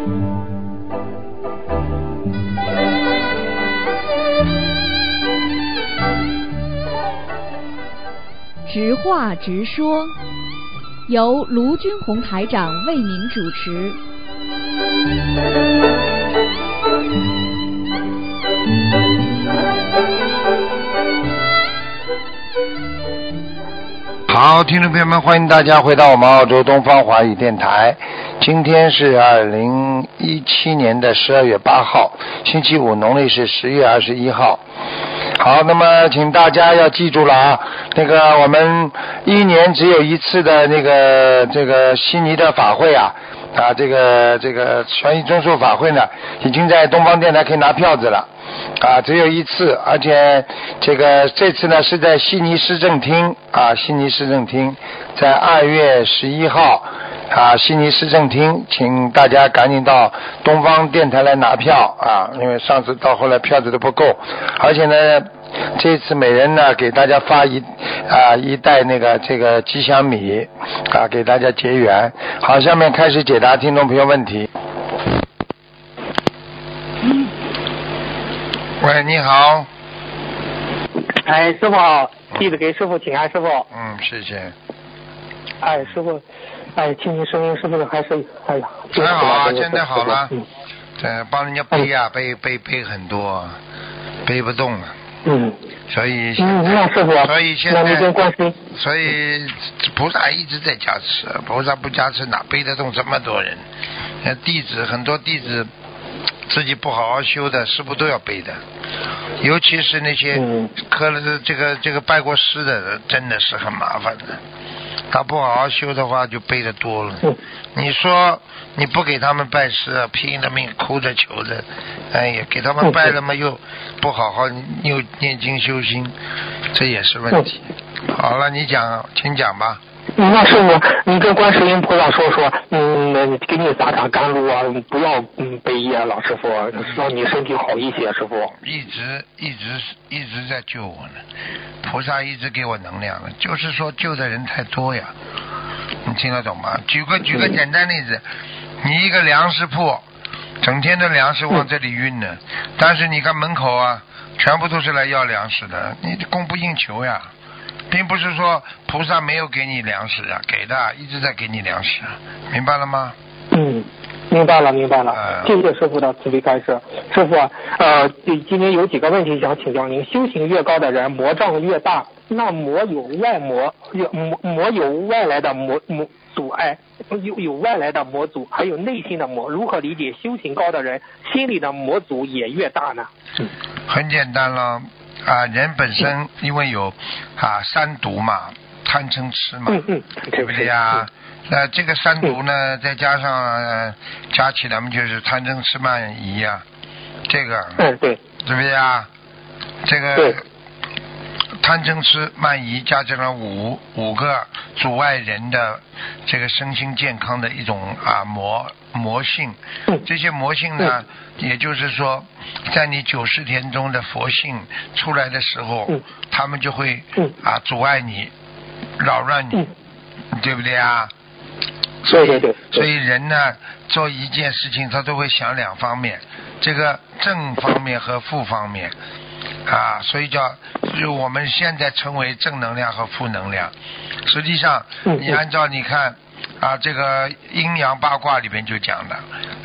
直话直说，由卢军红台长为您主持。 好，听众朋友们，欢迎大家回到我们澳洲东方华语电台。今天是2017年的12月8号，星期五，农历是10月21号。好，那么请大家要记住了啊，我们一年只有一次的这个悉尼的法会啊，这个权益综述法会呢，已经在东方电台可以拿票子了啊，只有一次，而且这次呢是在悉尼市政厅啊，悉尼市政厅在2月11号啊，悉尼市政厅，请大家赶紧到东方电台来拿票啊，因为上次到后来票子都不够，而且呢这次每人呢给大家发一袋这个吉祥米啊，给大家结缘。好，下面开始解答听众朋友问题。喂，你好。 哎，师傅好，弟子给师傅请安，师傅。 谢谢。 哎，师傅，哎，听您声音是不是还是哎呀？ 还好啊，现在好了。帮人家背啊，背很多，背不动了。所以那师傅， 所以现在那跟观世， 所以菩萨一直在加持，菩萨不加持哪背得动这么多人？很多弟子自己不好好修的，师父都要背的，尤其是那些磕了这个拜过师的，真的是很麻烦的。他不好好修的话，就背得多了。你说你不给他们拜师，拼了命哭着求着，哎呀，给他们拜了嘛，又不好好又念经修心，这也是问题。好了，你讲，请讲吧。 那师傅，你跟观世音菩萨说，给你撒甘露啊，不要背业了，师傅，让你身体好一些，师傅。 一直在救我呢，菩萨一直给我能量了，就是说救的人太多呀，你听得懂吗？举个简单例子，你一个粮食铺，整天的粮食往这里运呢，但是你看门口啊，全部都是来要粮食的，你供不应求呀。并不是说菩萨没有给你粮食啊，给的，一直在给你粮食，明白了吗？ 明白了。谢谢师傅的慈悲开示。师傅，今天有几个问题想请教您。修行越高的人，魔障越大，那魔有外来的魔阻碍，有外来的魔阻，还有内心的魔，如何理解修行高的人心里的魔阻也越大呢？ 很简单了。人本身因为有三毒嘛，贪嗔痴嘛，对不对呀？那这个三毒呢，再加上加起来嘛，就是贪嗔痴慢疑啊，这个对不对呀？这个贪嗔痴慢疑加上五个阻碍人的这个身心健康的一种魔性，这些魔性呢，也就是说在你90天中的佛性出来的时候，他们就会阻碍你，扰乱你，对不对啊？所以人呢做一件事情他都会想两方面，这个正方面和负方面所以就我们现在称为正能量和负能量。实际上你按照你看这个阴阳八卦里边就讲的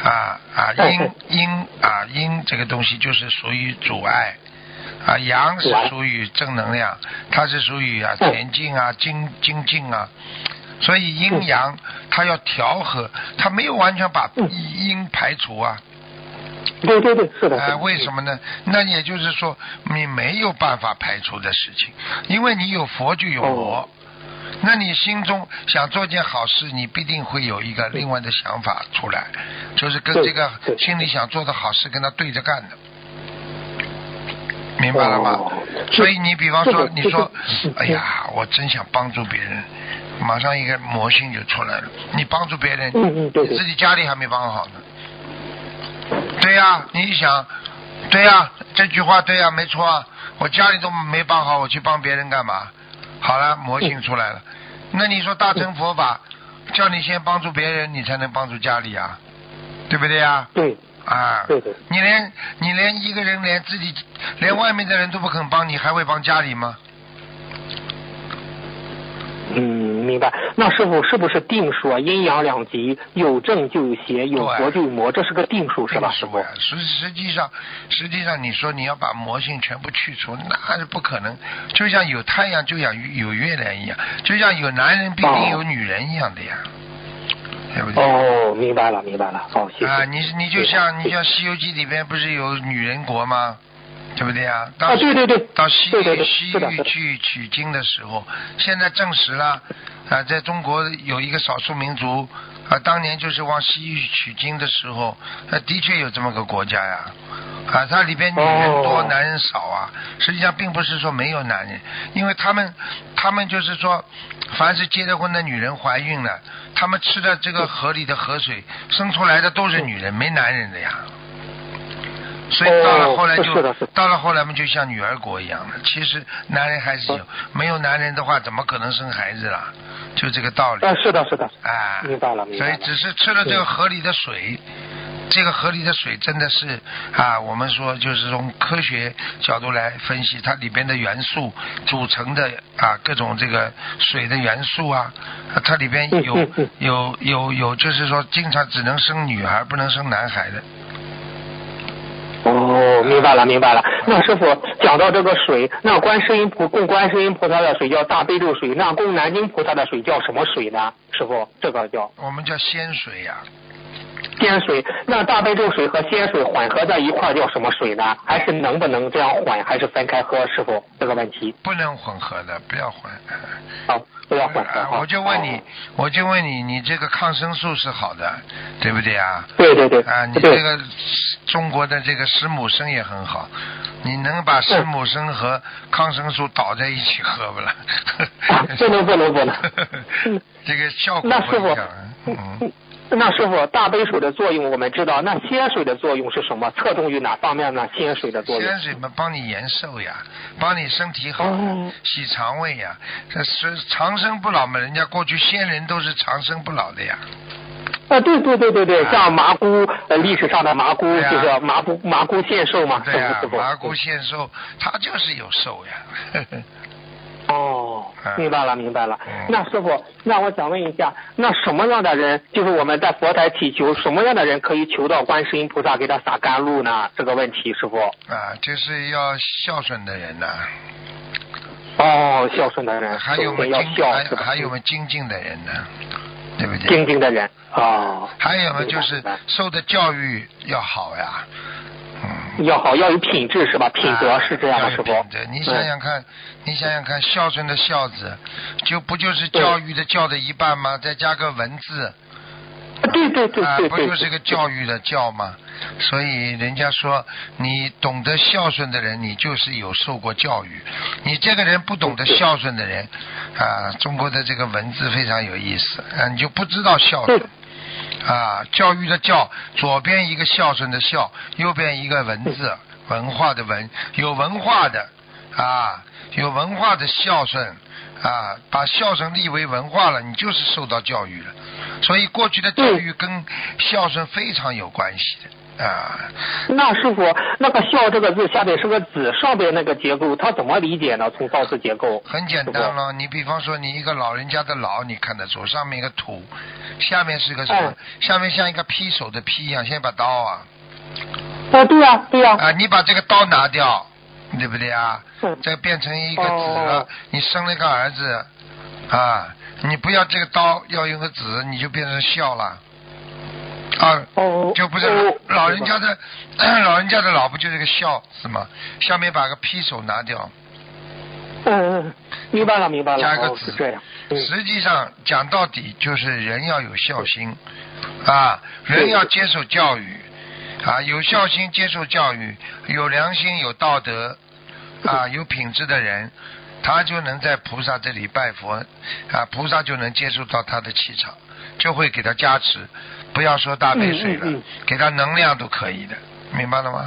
阴这个东西就是属于阻碍阳是属于正能量，它是属于前进精进所以阴阳它要调和，它没有完全把阴排除对，是的。 为什么呢？那也就是说你没有办法排除的事情，因为你有佛就有魔。那你心中想做件好事，你必定会有一个另外的想法出来，就是跟这个心里想做的好事跟他对着干的，明白了吗？所以你比方说你说哎呀我真想帮助别人，马上一个魔性就出来了，你帮助别人你自己家里还没帮好呢。对呀，你一想对呀，这句话对呀，没错我家里都没帮好，我去帮别人干嘛？好了，魔性出来了。那你说大乘佛法叫你先帮助别人，你才能帮助家里对不对呀？ 对。 啊， 对对。 你连一个人连外面的人都不肯帮你，还会帮家里吗？ 明白。那师傅是不是定数啊？阴阳两极，有正就有邪，有佛就有魔，这是个定数是吧？师傅。 实际上你说你要把魔性全部去除，那是不可能。就像有太阳就像有月亮一样，就像有男人必定有女人一样的呀。对不对？ 哦，明白了。哦，谢谢。 啊，你就像《西游记》里边不是有女人国吗？对不对啊？ 对。 到西域去取经的时候，现在证实了啊，在中国有一个少数民族啊，当年就是往西域取经的时候，的确有这么个国家呀。啊，它里边女人多，男人少啊。实际上并不是说没有男人，因为他们就是说，凡是结了婚的女人怀孕了，他们吃的这个河里的河水生出来的都是女人，没男人的呀。所以到了后来嘛，就像女儿国一样的。其实男人还是有，没有男人的话，怎么可能生孩子啦？就这个道理。 是的。 哎， 明白了。 所以只是吃了这个河里的水，这个河里的水真的是啊，我们说就是从科学角度来分析，它里边的元素组成的啊，各种这个水的元素啊，它里边有，就是说经常只能生女孩，不能生男孩的。 哦，明白了。那师傅讲到这个水，那供观世音菩萨的水叫大悲咒水，那供南京菩萨的水叫什么水呢？师傅，这个叫我们叫仙水呀。 仙水，那大悲咒水和仙水混合在一块叫什么水呢？还是能不能这样混，还是分开喝？师傅，这个问题不能混合的，不要混。 好，不要混合。 我就问你，你这个抗生素是好的，对不对啊？ 对。 啊，你这个中国的这个石母参也很好，你能把石母参和抗生素倒在一起喝不啦？ 不能。 这个效果不一样。 那师傅，大杯水的作用我们知道，那仙水的作用是什么？侧重于哪方面呢？仙水的作用？ 仙水嘛，帮你延寿呀，帮你身体好，洗肠胃呀，这是长生不老嘛。人家过去仙人都是长生不老的呀。 对，像麻姑历史上的麻姑就是麻姑献寿嘛。 对呀，麻姑献寿，他就是有寿呀。 哦，明白了。那师傅，那我想问一下，那什么样的人，就是我们在佛台祈求，什么样的人可以求到观世音菩萨给他洒甘露呢？这个问题，师傅。 啊，就是要孝顺的人呐。 孝顺的人， 还有我们精进的人呢，对不对？ 精进的人还有嘛，就是受的教育要好呀。 要好，要有品质是吧？品德是这样的，师傅。 你想想看，孝顺的孝字，不就是教育的教的一半吗？再加个文字。 对。 不就是个教育的教吗？所以人家说，你懂得孝顺的人，你就是有受过教育。你这个人不懂得孝顺的人，中国的这个文字非常有意思，你就不知道孝顺。教育的教，左边一个孝顺的孝，右边一个文字，文化的文，有文化的孝顺把孝顺立为文化了，你就是受到教育了。所以过去的教育跟孝顺非常有关系的。 那师傅，那个孝这个字下边是个子，上边那个结构，它怎么理解呢？从造字结构。 很简单了，你比方说你一个老人家的老，你看得出上面一个土，下面是个什么？下面像一个劈手的劈一样，像一把刀对呀。 你把这个刀拿掉，对不对啊？再变成一个子了，你生了一个儿子你不要这个刀，要用个子，你就变成孝了。就不是老人家的老不就是个孝字吗？下面把个劈手拿掉。 明白了。 加个子。 这样。 实际上讲到底就是人要有孝心人要接受教育有孝心接受教育，有良心有道德有品质的人，他就能在菩萨这里拜佛菩萨就能接触到他的气场，就会给他加持。不要说大杯水了，给他能量都可以的，明白了吗？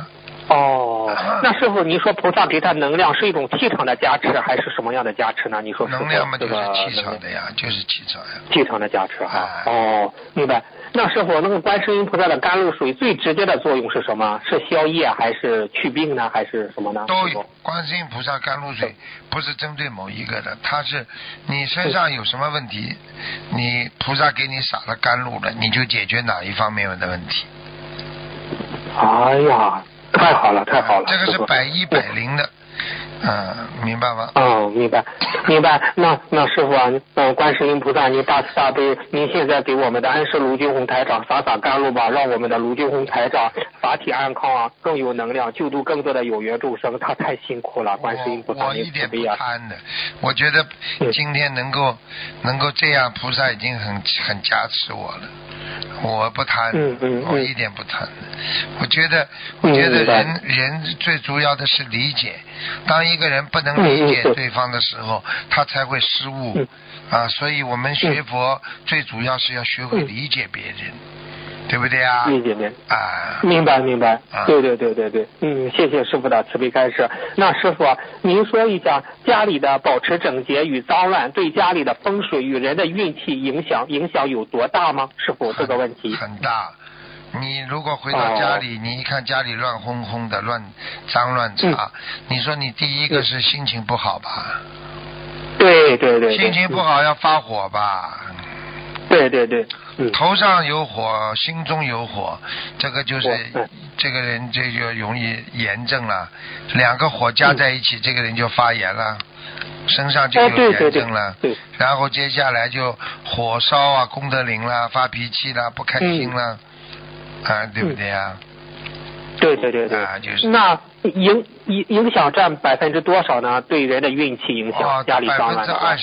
哦，那师傅，您说菩萨给他能量是一种气场的加持，还是什么样的加持呢？你说能量嘛，就是气场的呀，就是气场呀。 气场的加持哈。哦，明白。那师傅，那个观世音菩萨的甘露水最直接的作用是什么？是消业还是去病呢？还是什么呢？ 都有。观世音菩萨甘露水不是针对某一个的，它是你身上有什么问题，你菩萨给你洒了甘露了，你就解决哪一方面的问题。 哎呀，太好了，太好了！ 这个是100%的，明白吗？ 明白，明白。那师傅啊，观世音菩萨，您大慈大悲，您现在给我们的安师卢军宏台长洒甘露吧，让我们的卢军宏台长法体安康啊，更有能量，救度更多的有缘众生。他太辛苦了，观世音菩萨， 我一点不贪的，我觉得今天能够这样，菩萨已经很加持我了。我不贪，我一点不贪。我觉得人最主要的是理解。当一个人不能理解对方的时候，他才会失误所以我们学佛最主要是要学会理解别人，对不对啊？ 理解明白。对，谢谢师傅的慈悲开示。那师傅，您说一下家里的保持整洁与脏乱对家里的风水与人的运气影响有多大吗？师傅，这个问题很大。你如果回到家里，你一看家里乱哄哄的，脏乱差，你说你第一个是心情不好吧？ 对， 心情不好要发火吧？ 对， 头上有火，心中有火，这个就是这个人这就容易炎症了。2个火加在一起，这个人就发炎了，身上就有炎症了。然后接下来就火烧啊，功德林啦，发脾气啦，不开心啦，对不对啊？ 对， 就是那影响占多少呢？对人的运气影响，家里脏乱 20%。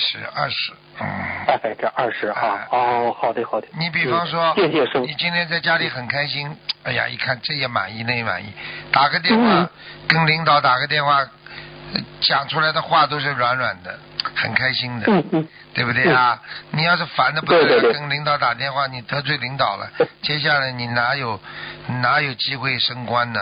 20%好的。 你比方说， 谢谢师傅。 你今天在家里很开心，哎呀，一看这也满意那也满意，打个电话跟领导打个电话，讲出来的话都是软的，很开心的，对不对啊？你要是烦的不得了，跟领导打电话，你得罪领导了，接下来你哪有机会升官呢？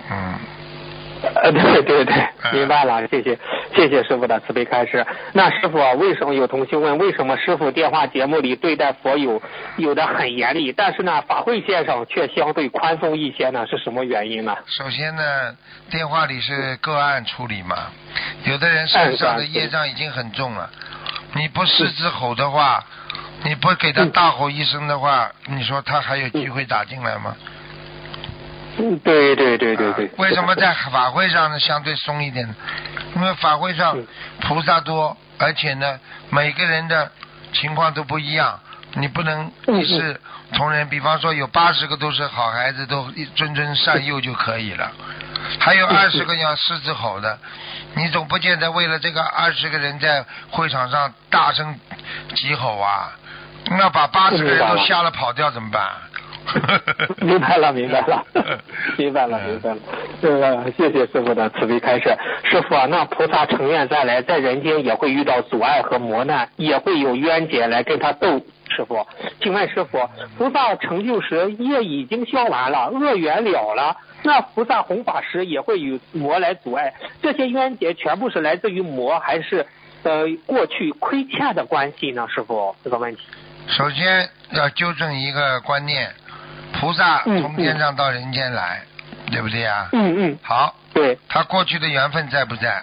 对，明白了，谢谢师傅的慈悲开示。那师傅为什么有同学问，为什么师傅电话节目里对待佛有的很严厉，但是呢法会线上却相对宽松一些呢？是什么原因呢？ 首先呢，电话里是个案处理嘛，有的人身上的业障已经很重了，你不狮子吼的话，你不给他大吼一声的话，你说他还有机会打进来吗？ 对。 为什么在法会上呢相对松一点呢？因为法会上菩萨多，而且呢每个人的情况都不一样，你不能一视同仁。比方说有80个都是好孩子，都谆善诱就可以了，还有20个要狮子吼的，你总不见得为了这个20个人在会场上大声疾吼啊，那把80个人都吓了跑掉怎么办？ 明白了。谢谢师傅的慈悲开示。师傅啊，那菩萨成愿再来，在人间也会遇到阻碍和磨难，也会有冤结来跟他斗。师傅，请问师傅，菩萨成就时业已经消完了，恶缘了了，那菩萨弘法时也会与魔来阻碍，这些冤结全部是来自于魔，还是过去亏欠的关系呢？师傅，这个问题。 首先要纠正一个观念，菩萨从天上到人间来，对不对啊？好， 对。 他过去的缘分在不在？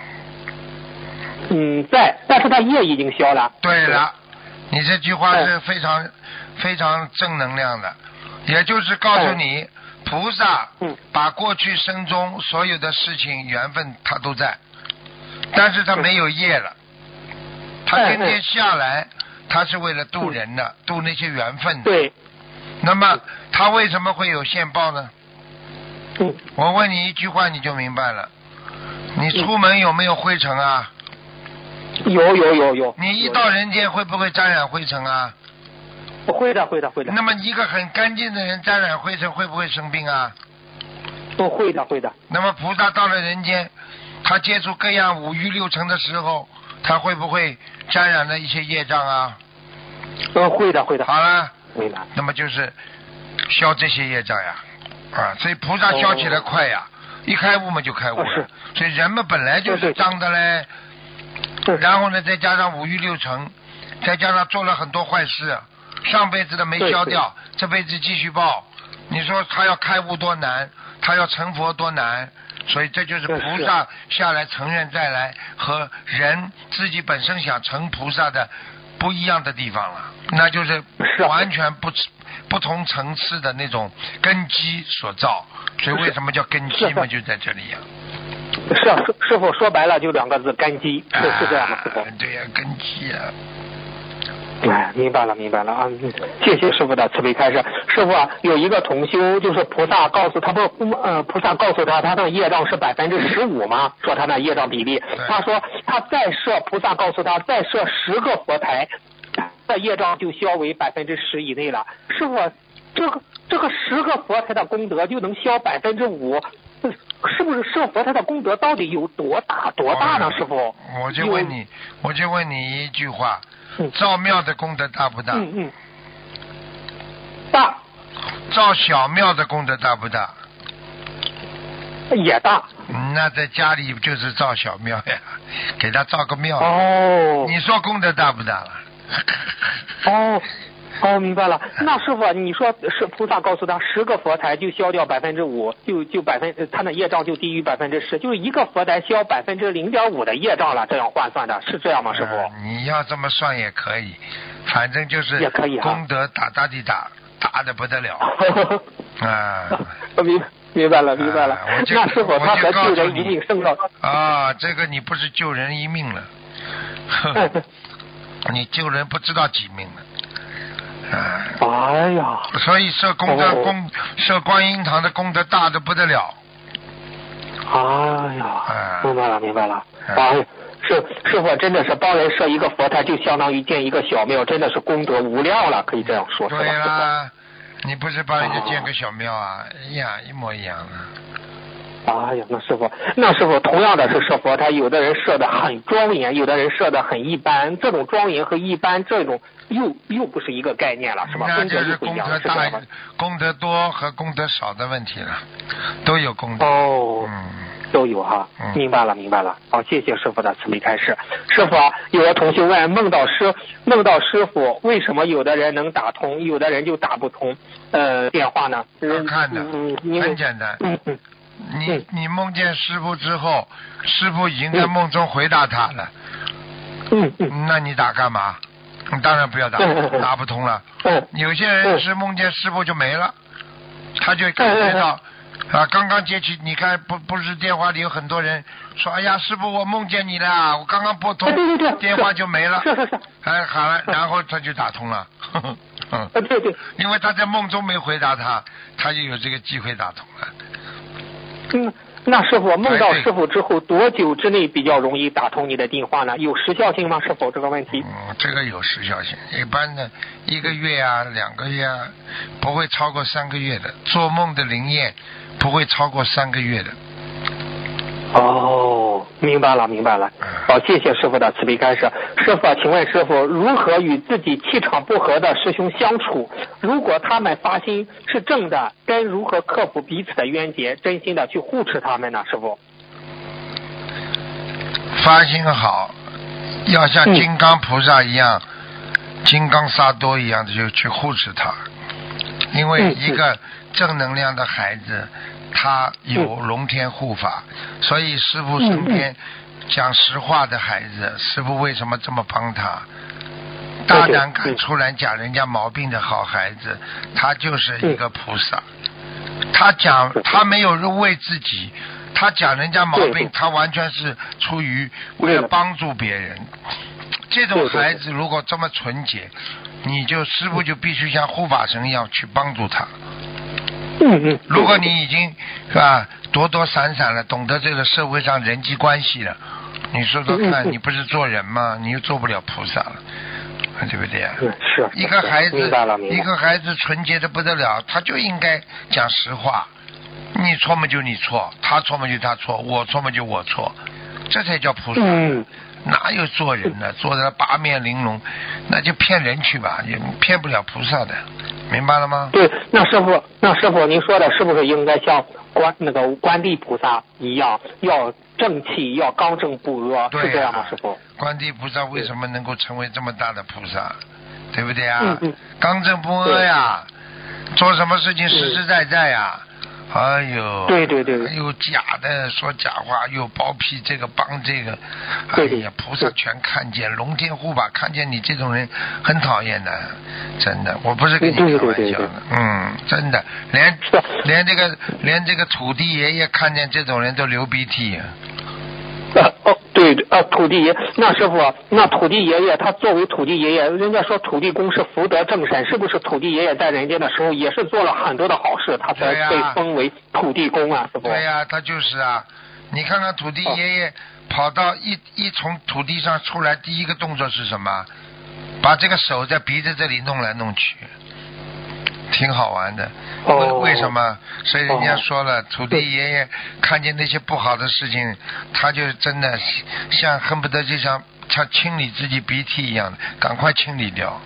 在，但是他业已经消了。 对了，你这句话是非常非常正能量的，也就是告诉你，菩萨把过去生中所有的事情缘分他都在，但是他没有业了，他天天下来。他是为了渡人的，渡那些缘分的。 对。 那么他为什么会有现报呢？我问你一句话你就明白了。你出门有没有灰尘啊？ 有。 你一到人间会不会沾染灰尘啊？ 会的。 那么一个很干净的人沾染灰尘会不会生病啊？ 会的。 那么菩萨到了人间，他接触各样5欲6尘的时候，他会不会沾染了一些业障啊？ 会的。 好了， 明白。 那么就是消这些业障呀，所以菩萨消起来快呀。 一开悟嘛就开悟了。所以人们本来就是脏的嘞。然后呢，再加上五欲六尘，再加上做了很多坏事，上辈子的没消掉，这辈子继续报。你说他要开悟多难，他要成佛多难，所以这就是菩萨下来承认再来和人自己本身想成菩萨的不一样的地方了，那就是完全不同层次的那种根基所造。所以为什么叫根基嘛，就在这里呀。 是啊，师傅说白了就2个字，根基，是这样的，师傅。 对呀，根基啊。 哎，明白了啊！谢谢师傅的慈悲开示。师傅啊，有一个同修，就是菩萨告诉他菩萨告诉他的业障是15%嘛，说他的业障比例。他说他再设，菩萨告诉他再设10个佛台，的业障就消为10%以内了。师傅，这个10个佛台的功德就能消5%，是不是设佛台的功德到底有多大呢？师傅， 我就问你一句话。造庙的功德大不大？ 大。 造小庙的功德大不大？ 也大。 那在家里就是造小庙呀，给他造个庙。你说功德大不大了？ 明白了。那师傅，你说是菩萨告诉他10个佛台就消掉5%，他的业障就低于10%，就是一个佛台消0.5%的业障了，这样换算的，是这样吗，师傅？ 你要这么算也可以，反正就是也可以功德大的不得了。 明白了。那师傅他和救人一命胜造。 这个你不是救人一命了，你救人不知道几命了。 哎呀， 所以设观音堂的功德大的不得了。 哎呀，明白了。师傅真的是帮人设一个佛台，就相当于建一个小庙，真的是功德无量了，可以这样说。 对啦，你不是帮人家建个小庙啊？一模一样啊。 哎呀，那师傅同样的是设佛台，有的人设的很庄严，有的人设的很一般，这种庄严和一般这种又不是一个概念了，是吧？ 那就是功德大、功德多和功德少的问题了，都有功德。 都有哈。明白了。好，谢谢师傅的慈悲开示。师傅啊，有个同学问，梦到师傅，为什么有的人能打通，有的人就打不通电话呢？ 看的，很简单。你梦见师傅之后，师傅已经在梦中回答他了。那你打干嘛？你当然不要打，打不通了。有些人是梦见师傅就没了，他就感觉到刚刚接起，你看不是电话里有很多人说，哎呀，师傅我梦见你了，我刚刚拨通，电话就没了。好了，然后他就打通了。 对， 因为他在梦中没回答他就有这个机会打通了。 那师傅梦到师傅之后多久之内比较容易打通你的电话呢？有时效性吗？师傅这个问题？ 这个有时效性，一般的1个月啊2个月啊，不会超过3个月的。做梦的灵验不会超过3个月的。 明白了。好，谢谢师傅的慈悲开示。师傅，请问师傅如何与自己气场不合的师兄相处？如果他们发心是正的，该如何克服彼此的冤结，真心的去护持他们呢？师傅， 发心好，要像金刚菩萨一样，金刚萨多一样的就去护持他，因为一个正能量的孩子，他有龙天护法，所以师父身边讲实话的孩子，师父为什么这么帮他？大胆敢出来讲人家毛病的好孩子，他就是一个菩萨。他没有为自己，他讲人家毛病，他完全是出于为了帮助别人。这种孩子如果这么纯洁，师父就必须像护法神一样去帮助他。如果你已经是吧躲躲闪闪了，懂得这个社会上人际关系了，你说说看，你不是做人吗？你又做不了菩萨了，对不对啊？ 是一个孩子纯洁的不得了，他就应该讲实话。你错嘛就你错，他错嘛就他错，我错嘛就我错，这才叫菩萨。 哪有做人呢？做的八面玲珑，那就骗人去吧，也骗不了菩萨的，明白了吗？ 对，那师傅，您说的是不是应该像观地菩萨一样，要正气，要刚正不阿，是这样吗？师傅？ 观地菩萨为什么能够成为这么大的菩萨？对不对啊？刚正不阿呀，做什么事情实实在在呀。哎呦， 对， 有假的说假话，又包庇这个帮这个，哎呀，菩萨全看见，龙天护法看见你这种人很讨厌的，真的，我不是跟你开玩笑的，真的，连这个土地爷爷看见这种人都流鼻涕。 对，土地爷，那师傅，那土地爷爷他作为土地爷爷，人家说土地公是福德正神，是不是土地爷爷在人间的时候也是做了很多的好事，他才被封为土地公啊？师傅？ 对呀，他就是啊，你看看土地爷爷跑到一从土地上出来，第一个动作是什么？把这个手在鼻子这里弄来弄去。挺好玩的，为什么？所以人家说了，土地爷爷看见那些不好的事情，他就真的像恨不得就像清理自己鼻涕一样的，赶快清理掉。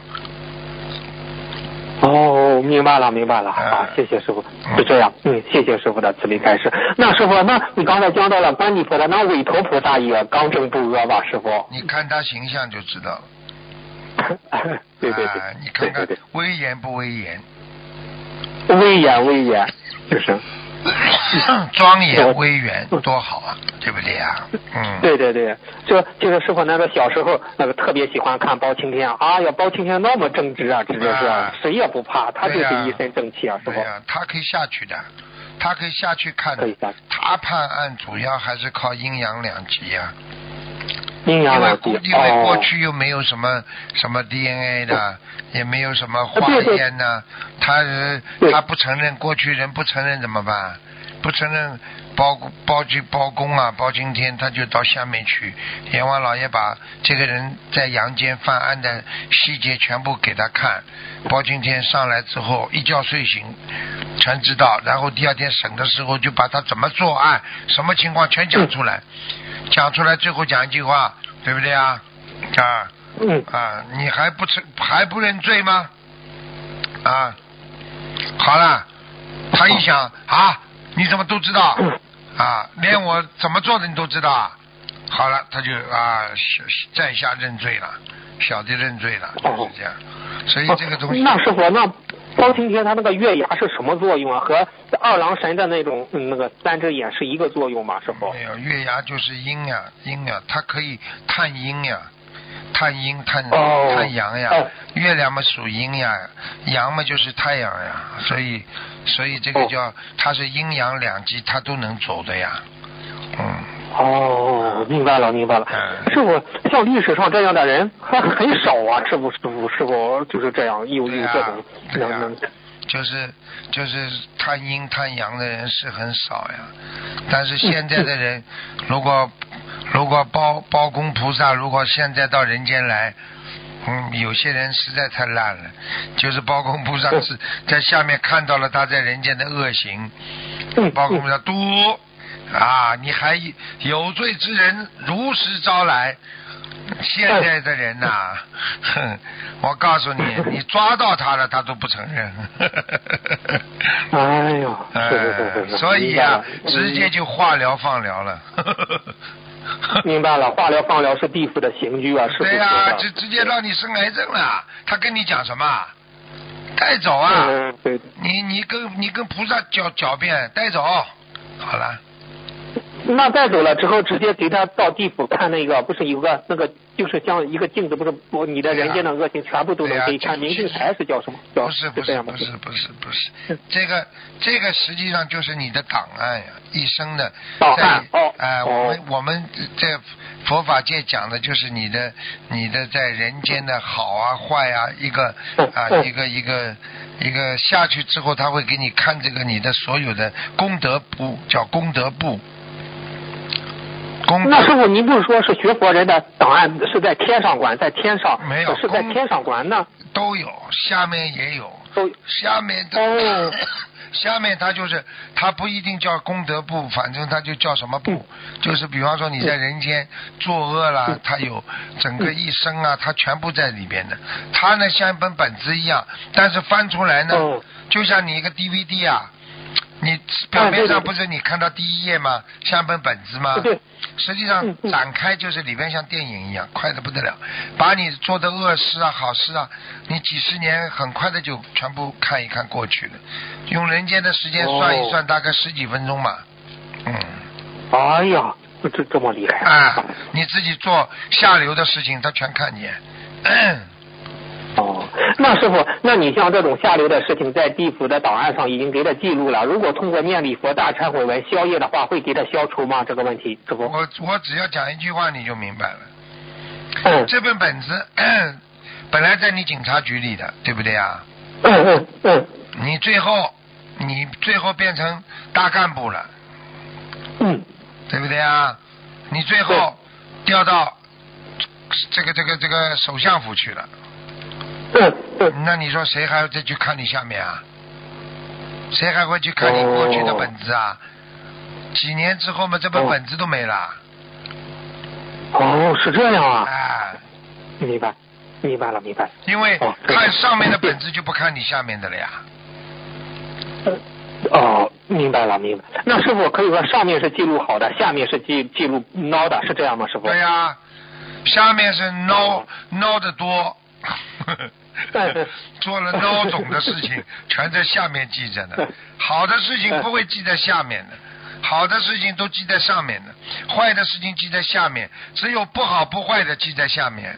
明白了啊！谢谢师傅，是这样，谢谢师傅的慈悲开示。那师傅，那你刚才讲到了观地菩萨，那韦陀菩萨也刚正不阿吧？师傅？ 你看他形象就知道了。 对， 你看看威严不威严？ 威严，就是庄严威严，多好啊，对不对呀？ 对，就是师傅那个小时候特别喜欢看包青天，包青天那么正直啊，直接是谁也不怕，他就是一身正气啊，师傅。 他可以下去的，他可以下去看的，他判案主要还是靠阴阳两极啊。因为过去又没有什么 DNA 的，也没有什么化验的，他不承认，过去人不承认怎么办？不承认包公啊，包青天，他就到下面去，阎王老爷把这个人在阳间犯案的细节全部给他看，包青天上来之后一觉睡醒全知道，然后第二天审的时候就把他怎么作案，什么情况全讲出来。讲出来，最后讲一句话，对不对啊？你还不认罪吗？好了，他一想你怎么都知道连我怎么做的你都知道好了，他就在下认罪了，小的认罪了，就是这样。所以这个东西。 那师傅，那包青天他那个月牙是什么作用啊？和二郎神的那种那个三只眼是一个作用吗？师傅？ 没有，月牙就是阴呀，它可以探阴呀，探阳呀。月亮嘛属阴呀，阳嘛就是太阳呀，所以这个叫它是阴阳两极，它都能走的呀。 明白了。师傅，像历史上这样的人还很少啊，师傅就是这样有这种就是探阴探阳的人是很少呀，但是现在的人，如果包公菩萨如果现在到人间来，有些人实在太烂了，就是包公菩萨是在下面看到了他在人间的恶行，包公菩萨你还有罪之人如实招来。现在的人我告诉你，你抓到他了，他都不承认。所以直接就化疗放疗了。 明白了，化疗放疗是地府的刑具啊，是不是？ 对呀，直接让你生癌症了。他跟你讲什么？带走啊！ 对。 你跟菩萨狡辩，带走，好了。 那带走了之后，直接给他到地府看那个，不是有个那个，就是像一个镜子，不是你的人间的恶行全部都能可以看。明镜台是叫什么？ 不是，这个实际上就是你的档案呀，一生的档案。 我们在佛法界讲的就是你的在人间的好啊坏啊，一个下去之后，他会给你看这个你的所有的功德簿，叫功德簿。 那师傅，您不是说是学佛人的档案是在天上管，在天上没有， 是在天上管呢？ 都有，下面也有，下面下面它不一定叫功德簿，反正它就叫什么簿，就是比方说你在人间作恶啦，它有整个一生啊，它全部在里边的。它呢像一本本子一样，但是翻出来呢，就像你一个 DVD 啊。你表面上不是你看到第一页吗？像本本子吗？ 对。 实际上展开就是里边像电影一样，快得不得了。把你做的恶事啊、好事啊，你几十年很快的就全部看一看过去了。用人间的时间算一算，大概10几分钟嘛。 哎呀，这么厉害啊！你自己做下流的事情，他全看见。 那师傅，那你像这种下流的事情，在地府的档案上已经给他记录了。如果通过念礼佛大忏悔文消业的话，会给他消除吗？这个问题，师傅。 我只要讲一句话你就明白了。这本本子本来在你警察局里的，对不对啊？你最后变成大干部了。对不对啊？你最后调到这个首相府去了。那你说谁还要再去看你下面啊？谁还会去看你过去的本子啊？几年之后嘛，这本本子都没了。 是这样啊。明白了。 因为看上面的本子就不看你下面的了呀。 明白了。那师傅可以说上面是记录好的，下面是记录孬的，是这样吗？师傅？ 对呀，下面是孬的多。做了孬种的事情全在下面记着呢，好的事情不会记在下面的，好的事情都记在上面的，坏的事情记在下面，只有不好不坏的记在下面。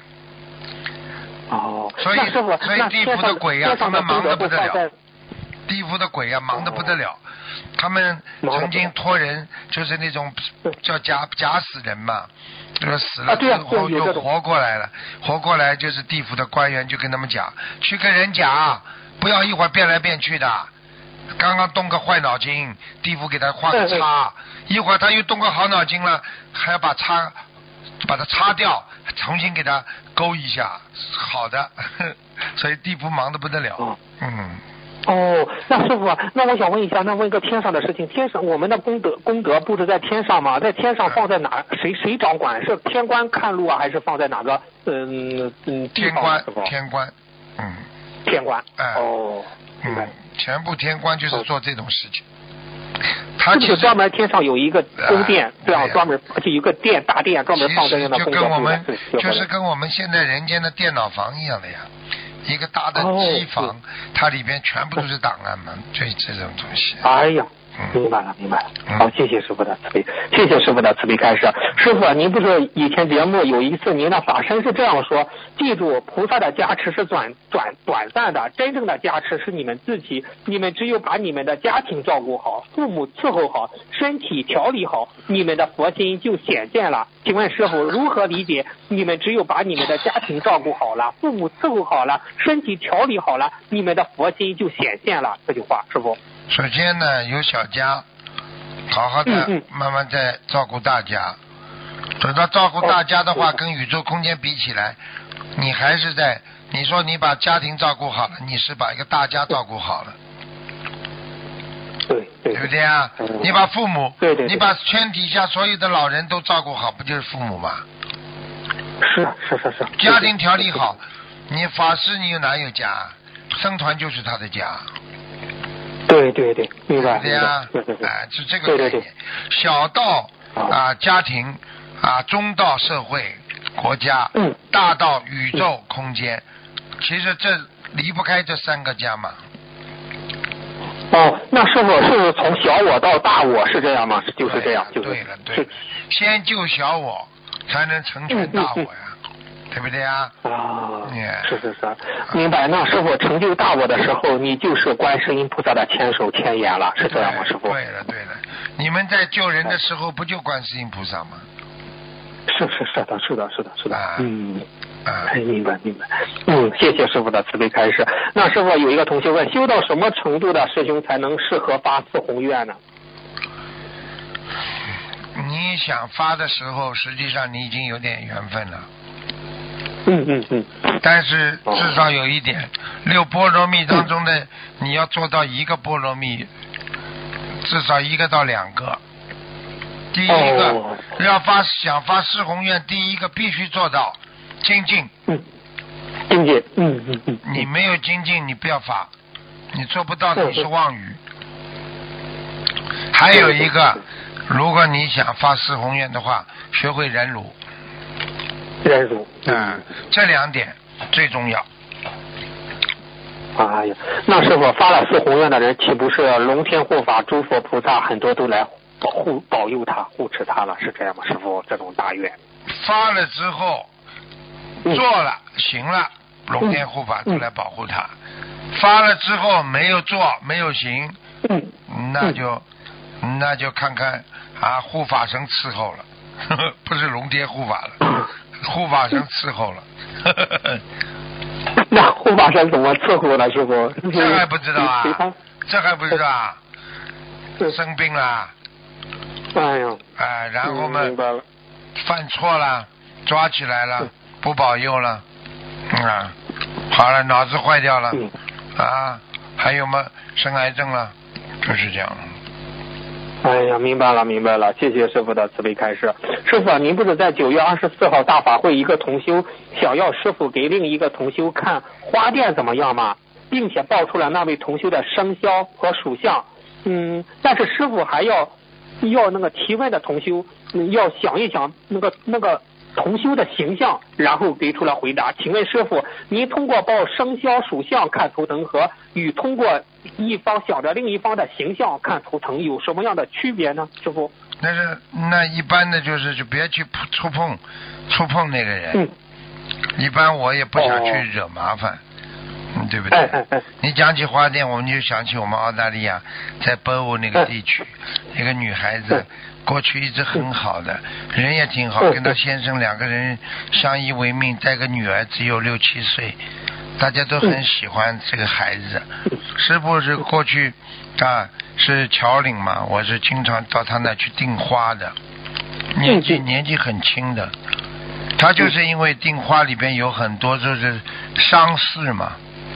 所以地府的鬼啊，他们忙得不得了。地府的鬼啊，忙得不得了。他们曾经托人，就是那种叫假死人嘛，就是死了之后又活过来了，活过来就是地府的官员就跟他们讲，去跟人讲，不要一会儿变来变去的。刚刚动个坏脑筋，地府给他画个叉，一会儿他又动个好脑筋了，还要把它擦掉，重新给他勾一下，好的。所以地府忙得不得了。 那师傅，那我想问一下，那问一个天上的事情，天上我们的功德不是在天上吗？在天上放在哪？谁掌管？是天官看路啊，还是放在哪个天官。 天官。明白。 全部天官就是做这种事情。 他其实专门天上有一个宫殿，这样专门就一个大殿专门放这样的功德就是跟我们现在人间的电脑房一样的呀。一个大的机房，它里边全部都是档案嘛，这种东西。 哎呀，明白了。好，谢谢师傅的慈悲，谢谢师傅的慈悲开示。师傅，您不是以前节目有一次您的法身是这样说，记住菩萨的加持是短暂的，真正的加持是你们自己，你们只有把你们的家庭照顾好，父母伺候好，身体调理好，你们的佛心就显现了。请问师傅如何理解你们只有把你们的家庭照顾好了，父母伺候好了，身体调理好了，你们的佛心就显现了？这句话师傅。 首先呢，有小家，好好的慢慢再照顾大家。等到照顾大家的话，跟宇宙空间比起来，你还是在，你说你把家庭照顾好了，你是把一个大家照顾好了。对不对啊？你把父母，你把圈底下所有的老人都照顾好，不就是父母吗？ 是。 家庭调理好，你法师你哪有家？僧团就是他的家。 对，明白。 对呀，是这个概念。小到家庭中到社会国家，大到宇宙空间，其实这离不开这3个家嘛。 那师傅是从小我到大我是这样吗？就是这样， 对了，先救小我，才能成全大我呀。对不对啊？ 是，明白。那师傅成就大我的时候，你就是观世音菩萨的千手千眼了，是这样吗？师傅？ 对了，你们在救人的时候不就观世音菩萨吗？ 是的。明白。谢谢师傅的慈悲开示。那师傅有一个同学问，修到什么程度的师兄才能适合发4宏愿呢？ 你想发的时候，实际上你已经有点缘分了。 但是至少有一点，6波罗蜜当中的你要做到1个波罗蜜，至少1个到2个。第一个想发四宏愿，第一个必须做到精进。 精进。 你没有精进，你不要发，你做不到你是妄语。还有一个，如果你想发四宏愿的话，学会忍辱。 忍辱。 这2点最重要。 哎呀，那师傅发了四宏愿的人，岂不是龙天护法、诸佛菩萨很多都来保佑他、护持他了？是这样吗？师傅，这种大愿发了之后，做了行了，龙天护法都来保护他。发了之后没有做没有行，那就看看护法神伺候了，不是龙天护法了，护法神伺候了。 那护法神怎么伺候了，师傅？ 这还不知道啊？这还不知道啊？生病了。 哎呀。 然后嘛，犯错了，抓起来了，不保佑了，好了，脑子坏掉了，还有嘛，生癌症了，就是这样。 哎呀，明白了，谢谢师傅的慈悲开示。师傅，您不是在9月24号大法会一个同修想要师傅给另一个同修看花店怎么样吗？并且报出了那位同修的生肖和属相。但是师傅还要那个提问的同修要想一想那个同修的形象，然后给出了回答。请问师傅，您通过报生肖属相看图腾和与通过一方想着另一方的形象看图腾有什么样的区别呢？师傅， 那一般的就别去触碰那个人。一般我也不想去惹麻烦。对不对？你讲起花店，我们就想起我们澳大利亚在波欧那个地区，一个女孩子过去一直很好的，人也挺好，跟她先生2个人相依为命，带个女儿只有6、7岁，大家都很喜欢这个孩子。师父是过去是侨领嘛，我是经常到他那去订花的，年纪很轻的，他就是因为订花里边有很多就是丧事嘛。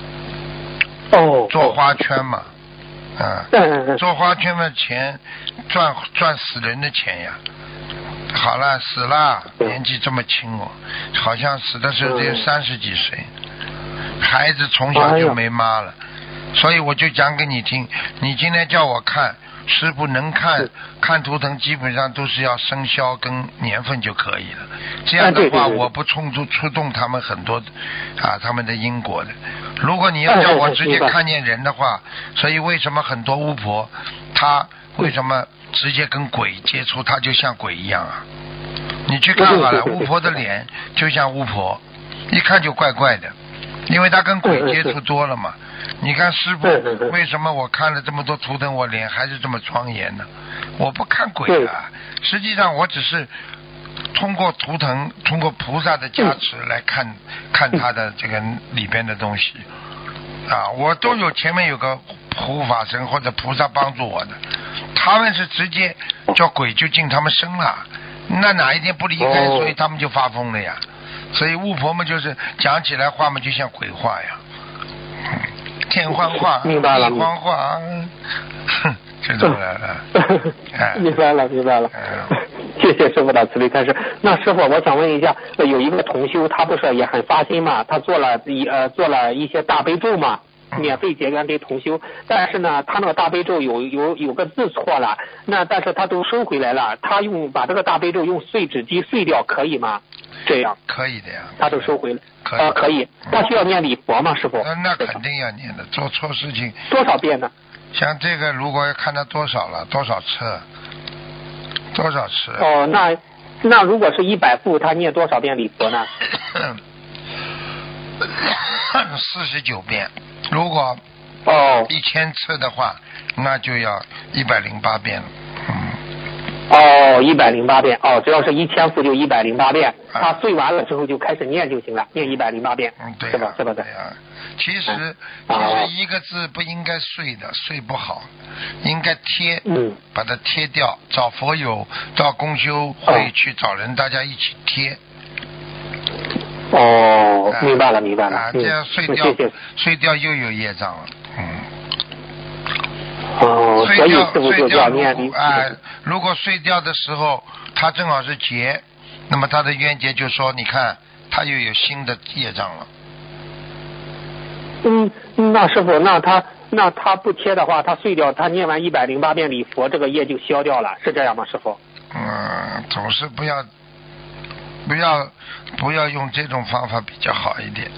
做花圈嘛，做花圈的钱赚死人的钱呀。好了，死了，年纪这么轻好像死的时候只有30几岁，孩子从小就没妈了，所以我就讲给你听。你今天叫我看，师傅能看图腾，基本上都是要生肖跟年份就可以了。这样的话，我不触动他们很多他们的因果的。如果你要叫我直接看见人的话，所以为什么很多巫婆她为什么直接跟鬼接触，她就像鬼一样啊？你去看好了，巫婆的脸就像巫婆，一看就怪怪的，因为她跟鬼接触多了嘛。你看师父为什么我看了这么多图腾，我脸还是这么庄严呢？我不看鬼啊，实际上我只是通过图腾，通过菩萨的加持来看他的这个里边的东西我都有前面有个护法神或者菩萨帮助我的，他们是直接叫鬼就进他们身了，那哪一天不离开，所以他们就发疯了呀。所以巫婆们就是讲起来话嘛，就像鬼话呀，天幻话、地幻话，这种来了。 明白了。谢谢师傅的慈悲开示。那师傅，我想问一下，有一个同修，他不是也很发心嘛？他做了一些大悲咒嘛，免费结缘给同修。但是呢，他那个大悲咒有个字错了，但是他都收回来了。他把这个大悲咒用碎纸机碎掉，可以吗？这样可以的呀。 他都收回了。可以。他需要念礼佛吗，师傅？ 那肯定要念的，做错事情。 多少遍呢？ 像这个，如果要看他多少了，多少次？ 那如果是100副，他念多少遍礼佛呢 ？49遍。如果1000次的话，那就要108遍了。 108遍。只要是1000副就108遍。他碎完了之后就开始念就行了，念108遍。 对， 是吧？对。 其实一个字不应该碎的，碎不好，应该贴，把它贴掉，找佛友到公修会去找人，大家一起贴。 哦，明白了。 这样睡掉又有业障了， 哦，所以师傅就要念如果睡掉的时候他正好是劫，那么他的冤结就说，你看他又有新的业障了。 那师傅，那他不贴的话，他睡掉，他念完108遍礼佛，这个业就消掉了，是这样吗，师傅？ 总是不要用这种方法比较好一点。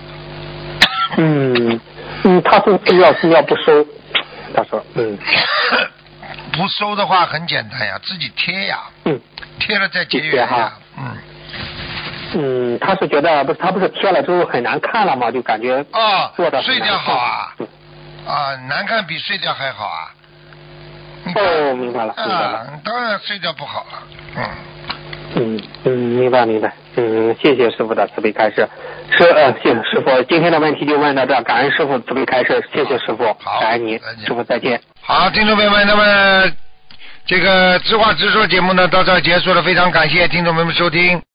他说是要不收，他说不收的话很简单呀，自己贴呀，贴了再结缘呀， 他是觉得他不是贴了之后很难看了吗？就感觉做的睡掉好啊，难看比睡掉还好啊。 明白了。 当然睡觉不好了。 明白。谢谢师傅的慈悲开示。谢谢师傅，今天的问题就问到这，感恩师傅慈悲开示，谢谢师傅，感恩你，师傅再见。 好，听众朋友们，那么这个知话直说节目呢到这儿结束了，非常感谢听众朋友们收听。